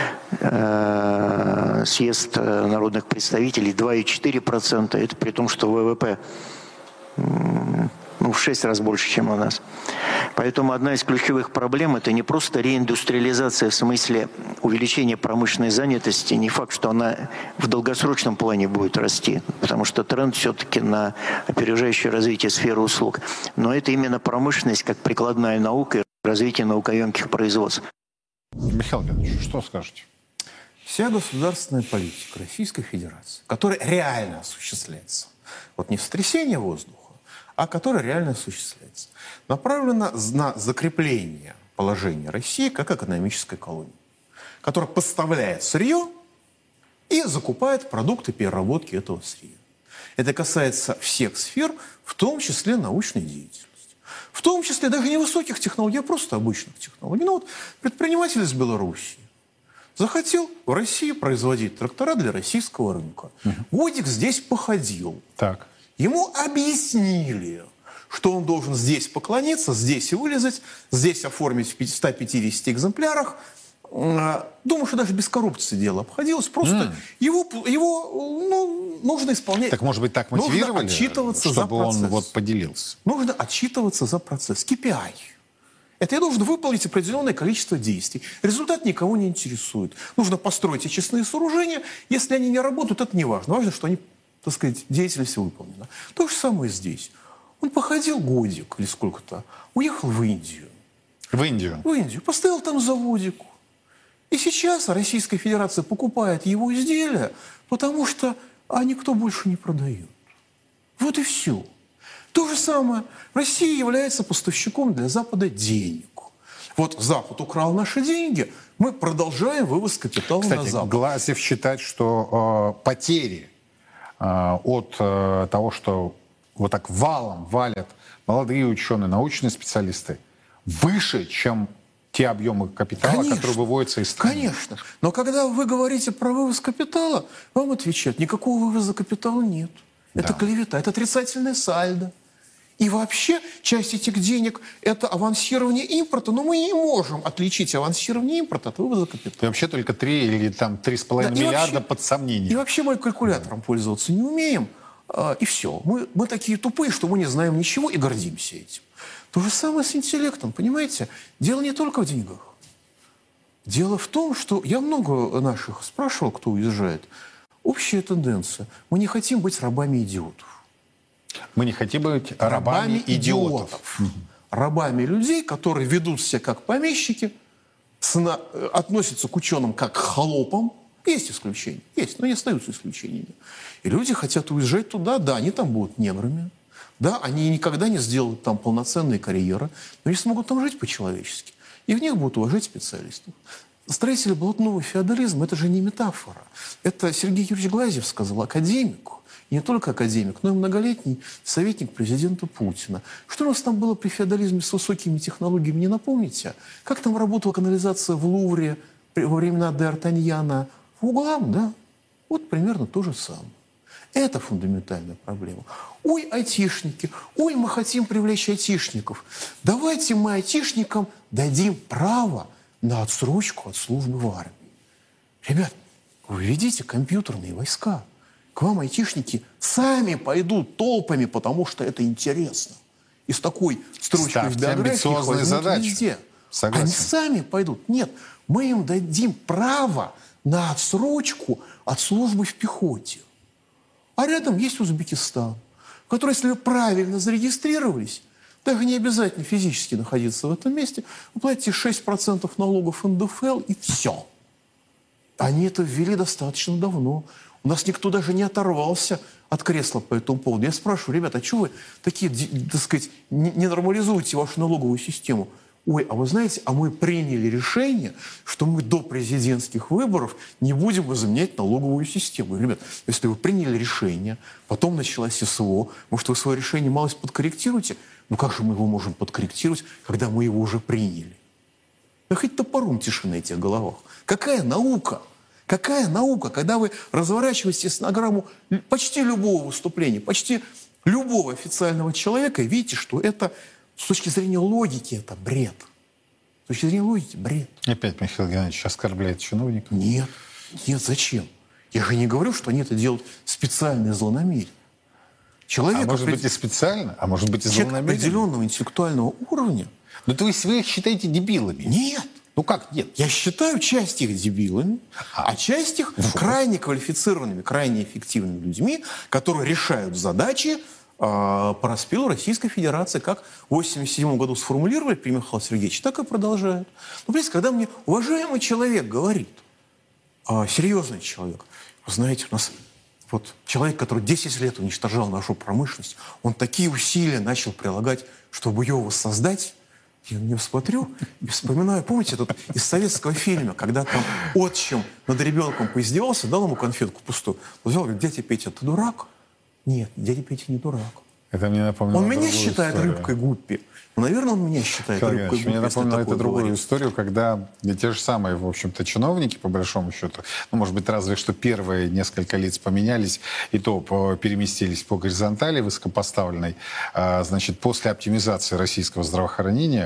съезд народных представителей 2,4%. Это при том, что ВВП в 6 раз больше, чем у нас. Поэтому одна из ключевых проблем – это не просто реиндустриализация в смысле увеличения промышленной занятости. Не факт, что она в долгосрочном плане будет расти, потому что тренд все-таки на опережающее развитие сферы услуг. Но это именно промышленность как прикладная наука и развитие наукоемких производств. Михаил Геннадьевич, что скажете? Вся государственная политика Российской Федерации, которая реально осуществляется, вот не сотрясение воздуха, а которая реально осуществляется, направлена на закрепление положения России как экономической колонии, которая поставляет сырье и закупает продукты переработки этого сырья. Это касается всех сфер, в том числе научной деятельности. В том числе даже не высоких технологий, а просто обычных технологий. Ну вот предприниматель из Белоруссии захотел в России производить трактора для российского рынка. Годик здесь походил. Так. Ему объяснили, что он должен здесь поклониться, здесь и вылезать, здесь оформить в 150 экземплярах. Думаю, что даже без коррупции дело обходилось. Просто его нужно исполнять. Так, может быть, так мотивировали, нужно отчитываться чтобы за процесс. он вот поделился? Нужно отчитываться за процесс. KPI. Это я должен выполнить определенное количество действий. Результат никого не интересует. Нужно построить очистные сооружения. Если они не работают, это не важно. Важно, что они, так сказать, деятельность выполнена. То же самое здесь. Он походил годик или сколько-то, уехал в Индию. В Индию? В Индию. Поставил там заводик. И сейчас Российская Федерация покупает его изделия, потому что никто больше не продает. Вот и все. То же самое. Россия является поставщиком для Запада денег. Вот Запад украл наши деньги, мы продолжаем вывоз капитала на Запад. Глазьев считает, что потери от того, что вот так валом валят молодые ученые, научные специалисты, выше, чем те объемы капитала, конечно, которые выводятся из страны. Конечно. Но когда вы говорите про вывоз капитала, вам отвечают, никакого вывоза капитала нет. Это клевета, это отрицательное сальдо. И вообще часть этих денег – это авансирование импорта, но мы не можем отличить авансирование импорта от вывоза капитала. И вообще только 3 или там 3,5 миллиарда под сомнением. И вообще мы калькулятором пользоваться не умеем. И все. Мы такие тупые, что мы не знаем ничего и гордимся этим. То же самое с интеллектом, понимаете? Дело не только в деньгах. Дело в том, что я много наших спрашивал, кто уезжает. Общая тенденция. Мы не хотим быть рабами идиотов. Мы не хотим быть рабами идиотов. Рабами людей, которые ведут себя как помещики, относятся к ученым как к холопам. Есть исключения, есть, но не остаются исключениями. И люди хотят уезжать туда, да, они там будут неграми, да, они никогда не сделают там полноценной карьеры, но они смогут там жить по-человечески. И в них будут уважать специалистов. Строители блатного феодализма – это же не метафора. Это Сергей Юрьевич Глазьев сказал, академик. И не только академик, но и многолетний советник президента Путина. Что у нас там было при феодализме с высокими технологиями, не напомните? Как там работала канализация в Лувре во времена Д'Артаньяна? В углам, да? Вот примерно то же самое. Это фундаментальная проблема. Ой, айтишники, ой, мы хотим привлечь айтишников. Давайте мы айтишникам дадим право на отсрочку от службы в армии. Ребят, вы введите компьютерные войска. К вам айтишники сами пойдут толпами, потому что это интересно. И с такой строчкой в биографии их возьмут везде. Согласен. Они сами пойдут. Нет, мы им дадим право на отсрочку от службы в пехоте. А рядом есть Узбекистан, в который, если вы правильно зарегистрировались, даже не обязательно физически находиться в этом месте, вы платите 6% налогов НДФЛ и все. Они это ввели достаточно давно. У нас никто даже не оторвался от кресла по этому поводу. Я спрашиваю, ребята, а что вы такие, так сказать, не нормализуете вашу налоговую систему? Ой, а вы знаете, а мы приняли решение, что мы до президентских выборов не будем изменять налоговую систему. Ребят, если вы приняли решение, потом началась СВО, может, вы свое решение малость подкорректируете? Ну как же мы его можем подкорректировать, когда мы его уже приняли? Да хоть топором тиши на этих головах. Какая наука? Какая наука, когда вы разворачиваете стенограмму почти любого выступления, почти любого официального человека, и видите, что это с точки зрения логики это бред. С точки зрения логики бред. Опять Михаил Геннадьевич оскорбляет чиновников. Нет, нет, зачем? Я же не говорю, что они это делают специально и злонамеренно. Человек может быть и специально, а может быть и человек злонамеренно. определенного интеллектуального уровня. Но то есть вы их считаете дебилами? Нет. Ну как нет? Я считаю часть их дебилами, а часть их крайне квалифицированными, крайне эффективными людьми, которые решают задачи по распилу Российской Федерации, как в 1987 году сформулировали при Михаиле Сергеевиче, так и продолжают. Но, понимаете, когда мне уважаемый человек говорит, серьезный человек, вы знаете, у нас вот человек, который 10 лет уничтожал нашу промышленность, он такие усилия начал прилагать, чтобы ее воссоздать. Я на него смотрю и вспоминаю, помните, этот из советского фильма, когда там отчим над ребенком поиздевался, дал ему конфетку пустую. Он взял и говорит: дядя Петя, ты дурак? Нет, дядя Петя не дурак. Это мне напомнило Он меня считает историю. рыбкой Гуппи. Ну, наверное, он меня считает рыбкой Гуппи. Мне напомнило это другую говорит. историю, когда те же самые, в общем-то, чиновники, по большому счету, ну, может быть, разве что первые несколько лиц поменялись, и то переместились по горизонтали высокопоставленной. Значит, после оптимизации российского здравоохранения...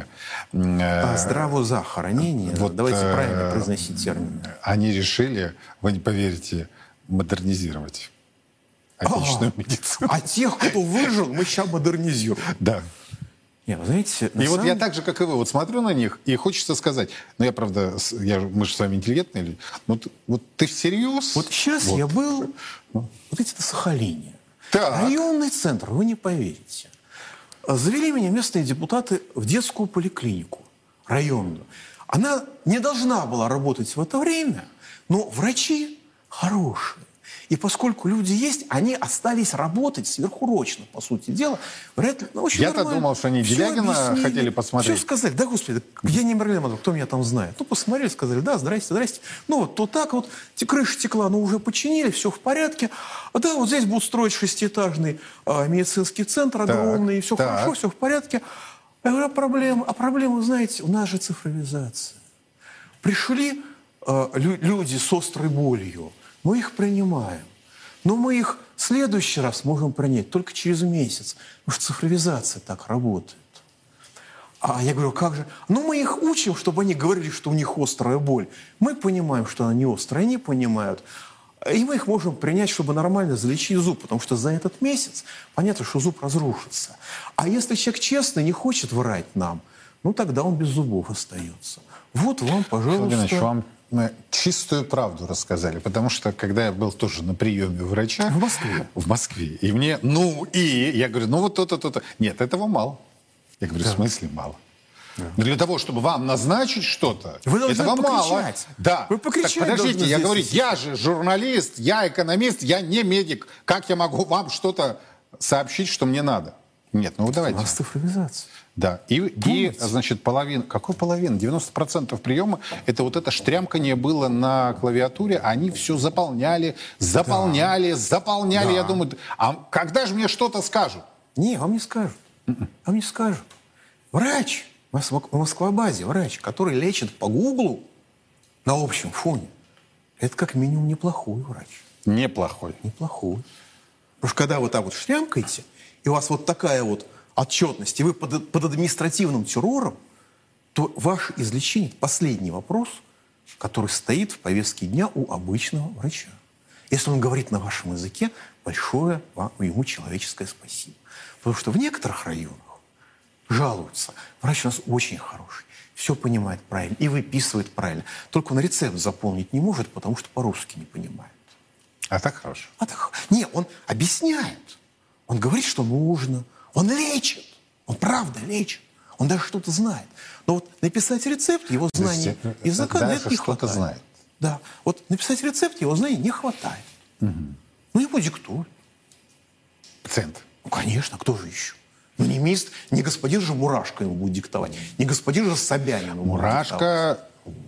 Здравозахоронение. Вот, давайте правильно произносить термин. Они решили, вы не поверите, модернизировать отечественную медицину. А тех, кто выжил, мы сейчас модернизируем. Да. Не, вы знаете, И вот я так же, как и вы, вот смотрю на них, и хочется сказать, ну я, правда, мы же с вами интеллигентные люди, вот ты всерьез? Вот сейчас Вот. я был, вот эти на Сахалине. Так. Районный центр, вы не поверите. Завели меня местные депутаты в детскую поликлинику районную. Она не должна была работать в это время, но врачи хорошие. И поскольку люди есть, они остались работать сверхурочно, по сути дела. Вряд ли, очень Я-то нормально. думал, что они Всё Делягина объяснили, хотели посмотреть. Все сказали. Да, господи, я не Мерлин, кто меня там знает. Ну, посмотрели, сказали: да, здрасте, здрасте. Ну, вот то так вот, крыша текла, ну, уже починили, все в порядке. А да, вот здесь будут строить 6-этажный медицинский центр огромный, и все хорошо, все в порядке. Я говорю: а проблема, знаете, у нас же цифровизация. Пришли люди с острой болью, мы их принимаем. Но мы их в следующий раз можем принять только через месяц, потому что цифровизация так работает. А я говорю: как же? Ну, мы их учим, чтобы они говорили, что у них острая боль. Мы понимаем, что она не острая, они понимают. И мы их можем принять, чтобы нормально залечить зуб, потому что за этот месяц понятно, что зуб разрушится. А если человек честно не хочет врать нам, ну, тогда он без зубов остается. Вот вам, пожалуйста. Вам мы чистую правду рассказали, потому что, когда я был тоже на приеме у врача... В Москве. В Москве. И мне, я говорю, ну вот то-то, то-то. Нет, этого мало. Я говорю, в смысле мало? Да. Для того, чтобы вам назначить что-то, вы должны этого покричать. Мало. Да. Вы покричать. Так, подождите, я говорю, здесь. я же журналист, я экономист, я не медик. Как я могу вам что-то сообщить, что мне надо? Нет, ну давайте. У нас цифровизация. Да, и значит, какой половина? 90% приема, это вот это штрямканье было на клавиатуре, они все заполняли. Да. Я думаю, а когда же мне что-то скажут? Не, вам не скажут. Вам не скажут. Врач, на Москва-базе врач, который лечит по Гуглу на общем фоне, это как минимум неплохой врач. Неплохой. Неплохой. Потому что когда вы так вот шлямкаете, и у вас вот такая вот отчетность, и вы под административным террором, то ваше излечение – это последний вопрос, который стоит в повестке дня у обычного врача. Если он говорит на вашем языке, большое ему человеческое спасибо. Потому что в некоторых районах жалуются. Врач у нас очень хороший, все понимает правильно и выписывает правильно. Только он рецепт заполнить не может, потому что по-русски не понимает. А так хорошо. Не, он объясняет. Он говорит, что нужно. Он лечит. Он правда лечит. Он даже что-то знает. Но вот написать рецепт, его знания языка для этого не хватает. Знает. Да. Вот написать рецепт, его знаний не хватает. Ну, ему диктуют. Пациент. Ну, конечно, кто же еще? Ну, не господин же Мурашко ему будет диктовать, не господин же Собянин ему Мурашко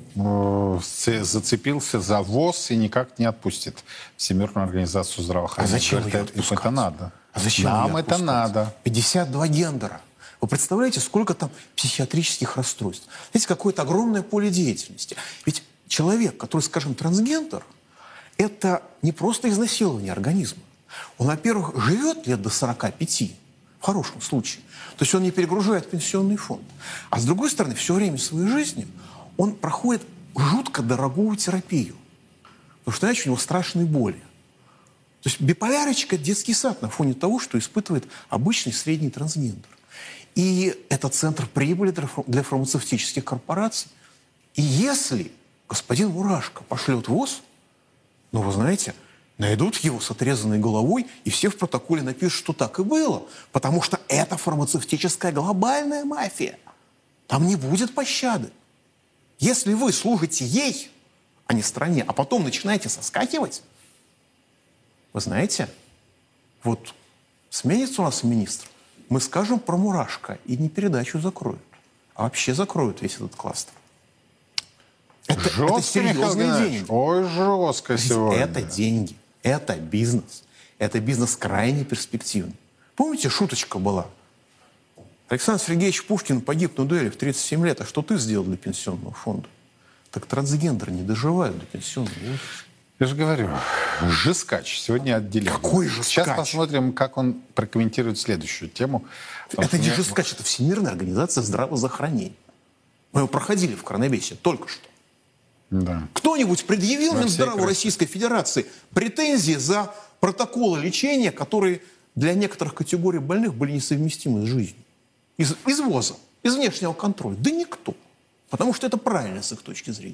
зацепился за ВОЗ и никак не отпустит Всемирную организацию здравоохранения. А зачем ее отпускать? Это надо. А зачем нам это надо. 52 гендера. Вы представляете, сколько там психиатрических расстройств? Видите, какое-то огромное поле деятельности. Ведь человек, который, скажем, трансгендер, это не просто изнасилование организма. Он, во-первых, живет лет до 45, в хорошем случае. То есть он не перегружает пенсионный фонд. А с другой стороны, все время своей жизни он проходит жутко дорогую терапию. Потому что иначе у него страшные боли. То есть биполярочка – детский сад на фоне того, что испытывает обычный средний трансгендер. И это центр прибыли для фармацевтических корпораций. И если господин Мурашко пошлет ВОЗ, ну, вы знаете, найдут его с отрезанной головой, и все в протоколе напишут, что так и было. Потому что это фармацевтическая глобальная мафия. Там не будет пощады. Если вы служите ей, а не стране, а потом начинаете соскакивать, вы знаете, вот сменится у нас министр, мы скажем про Мурашко, и не передачу закроют, а вообще закроют весь этот кластер. Это серьезные деньги. Ой, жестко сегодня. Это деньги, это бизнес. Это бизнес крайне перспективный. Помните, шуточка была? Александр Сергеевич Пушкин погиб на дуэли в 37 лет. А что ты сделал для пенсионного фонда? Так трансгендеры не доживают до пенсионного возраста. Я же говорю, жескач сегодня отделен. Какой жескач? Сейчас посмотрим, как он прокомментирует следующую тему. Это не жескач, это Всемирная организация здравоохранения. Мы его проходили в коронавирусе только что. Да. Кто-нибудь предъявил Минздраву Российской Федерации претензии за протоколы лечения, которые для некоторых категорий больных были несовместимы с жизнью? Из ВОЗа, из внешнего контроля? Да никто. Потому что это правильно с их точки зрения.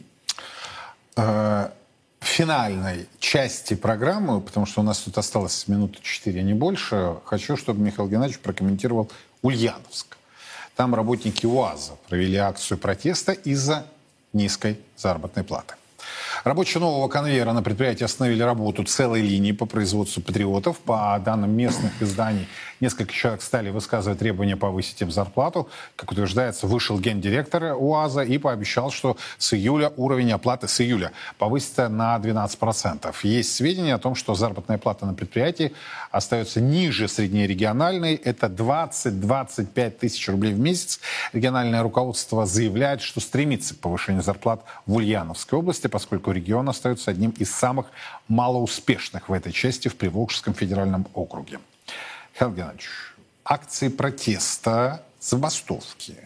В финальной части программы, потому что у нас тут осталось минуты 4, а не больше, хочу, чтобы Михаил Геннадьевич прокомментировал Ульяновск. Там работники УАЗа провели акцию протеста из-за низкой заработной платы. Рабочие нового конвейера на предприятии остановили работу целой линии по производству патриотов. По данным местных изданий, несколько человек стали высказывать требования повысить им зарплату. Как утверждается, вышел гендиректор УАЗа и пообещал, что с июля уровень оплаты повысится на 12%. Есть сведения о том, что заработная плата на предприятии остается ниже среднерегиональной. Это 20-25 тысяч рублей в месяц. Региональное руководство заявляет, что стремится к повышению зарплат в Ульяновской области, поскольку регион остается одним из самых малоуспешных в этой части в Приволжском федеральном округе. Михаил Геннадьевич, акции протеста, забастовки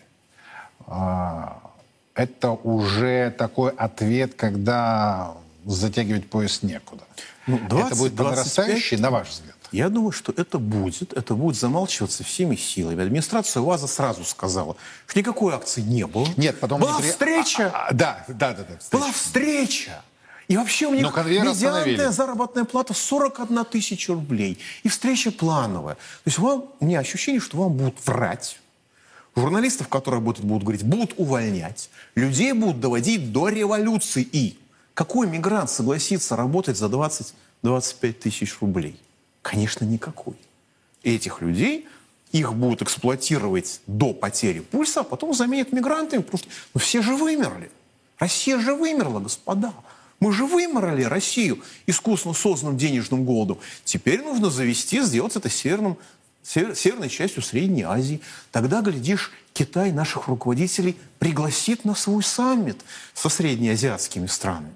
– это уже такой ответ, когда затягивать пояс некуда. 20, это будет по нарастающей, на ваш взгляд? Я думаю, что это будет замалчиваться всеми силами. Администрация УАЗа сразу сказала, что никакой акции не было. Нет, потом... Была встреча. Да. Была встреча. И вообще у них медианная заработная плата 41 тысяча рублей. И встреча плановая. То есть у меня ощущение, что вам будут врать. Журналистов, которые работают, будут говорить, будут увольнять. Людей будут доводить до революции. И какой мигрант согласится работать за 20-25 тысяч рублей? Конечно, никакой. Этих людей, их будут эксплуатировать до потери пульса, а потом заменят мигрантами. Потому что все же вымерли. Россия же вымерла, господа. Мы же выморали Россию искусственно созданным денежным голодом. Теперь нужно сделать это северной частью Средней Азии. Тогда, глядишь, Китай наших руководителей пригласит на свой саммит со среднеазиатскими странами.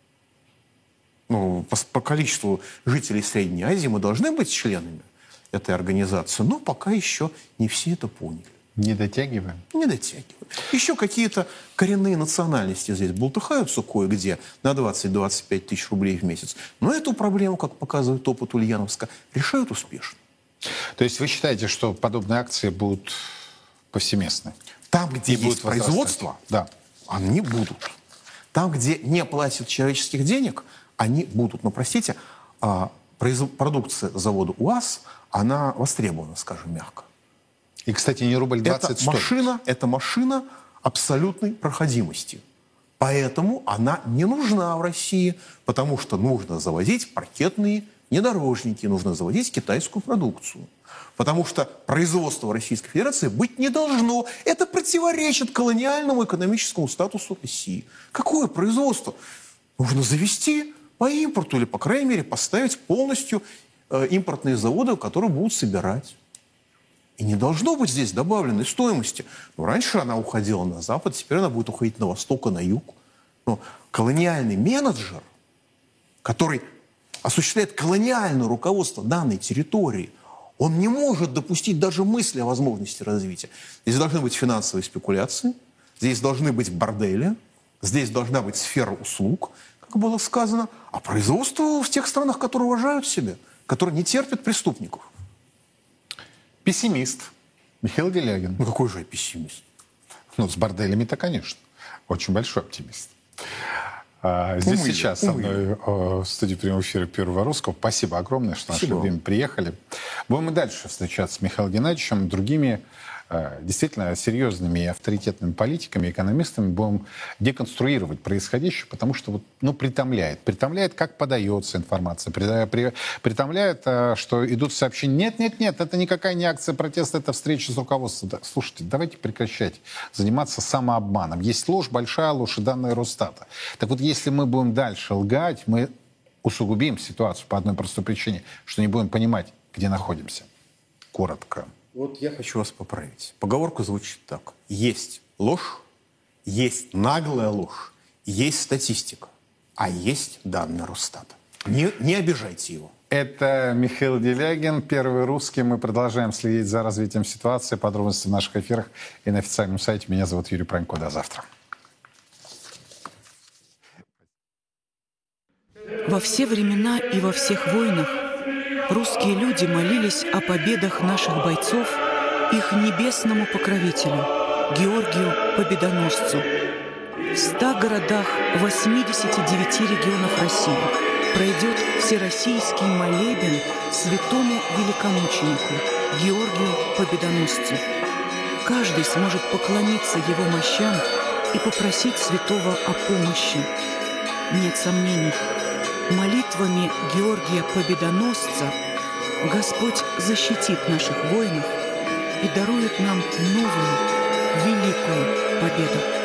По количеству жителей Средней Азии мы должны быть членами этой организации, но пока еще не все это поняли. Не дотягиваем? Не дотягиваем. Еще какие-то коренные национальности здесь бултыхаются кое-где на 20-25 тысяч рублей в месяц. Но эту проблему, как показывает опыт Ульяновска, решают успешно. То есть вы считаете, что подобные акции будут повсеместны? Там, где есть производство, да, они будут. Там, где не платят человеческих денег, они будут. Но, простите, продукция завода УАЗ, она востребована, скажем мягко. И, кстати, не рубль 20 стоит. Это машина абсолютной проходимости. Поэтому она не нужна в России, потому что нужно завозить паркетные внедорожники, нужно завозить китайскую продукцию. Потому что производство Российской Федерации быть не должно. Это противоречит колониальному экономическому статусу России. Какое производство? Нужно завести по импорту или, по крайней мере, поставить полностью импортные заводы, которые будут собирать. И не должно быть здесь добавленной стоимости. Но раньше она уходила на запад, теперь она будет уходить на восток и на юг. Но колониальный менеджер, который осуществляет колониальное руководство данной территории, он не может допустить даже мысли о возможности развития. Здесь должны быть финансовые спекуляции, здесь должны быть бордели, здесь должна быть сфера услуг, как было сказано, а производство в тех странах, которые уважают себя. который не терпит преступников. Пессимист Михаил Делягин. Ну какой же я пессимист? Ну, с борделями-то, конечно. Очень большой оптимист. Здесь сейчас со мной в студии прямого эфира Первого Русского. Спасибо огромное, что в наше время приехали. Будем и дальше встречаться с Михаилом Геннадьевичем, другими действительно серьезными и авторитетными политиками, экономистами. Будем деконструировать происходящее, потому что вот, ну, притомляет. Притомляет, как подается информация. Притомляет, что идут сообщения. Нет, это никакая не акция протеста, это встреча с руководством. Да, слушайте, давайте прекращать заниматься самообманом. Есть ложь, большая ложь и данные Росстата. Так вот, если мы будем дальше лгать, мы усугубим ситуацию по одной простой причине, что не будем понимать, где находимся. Коротко. Вот я хочу вас поправить. Поговорка звучит так. Есть ложь, есть наглая ложь, есть статистика, а есть данные Росстата. Не обижайте его. Это Михаил Делягин, Первый Русский. Мы продолжаем следить за развитием ситуации. Подробности в наших эфирах и на официальном сайте. Меня зовут Юрий Пронько. До завтра. Во все времена и во всех войнах русские люди молились о победах наших бойцов их небесному покровителю, Георгию Победоносцу. В 100 городах 89 регионов России пройдет всероссийский молебен святому великомученику Георгию Победоносцу. Каждый сможет поклониться его мощам и попросить святого о помощи. Нет сомнений, молитвами Георгия Победоносца Господь защитит наших воинов и дарует нам новую, великую победу.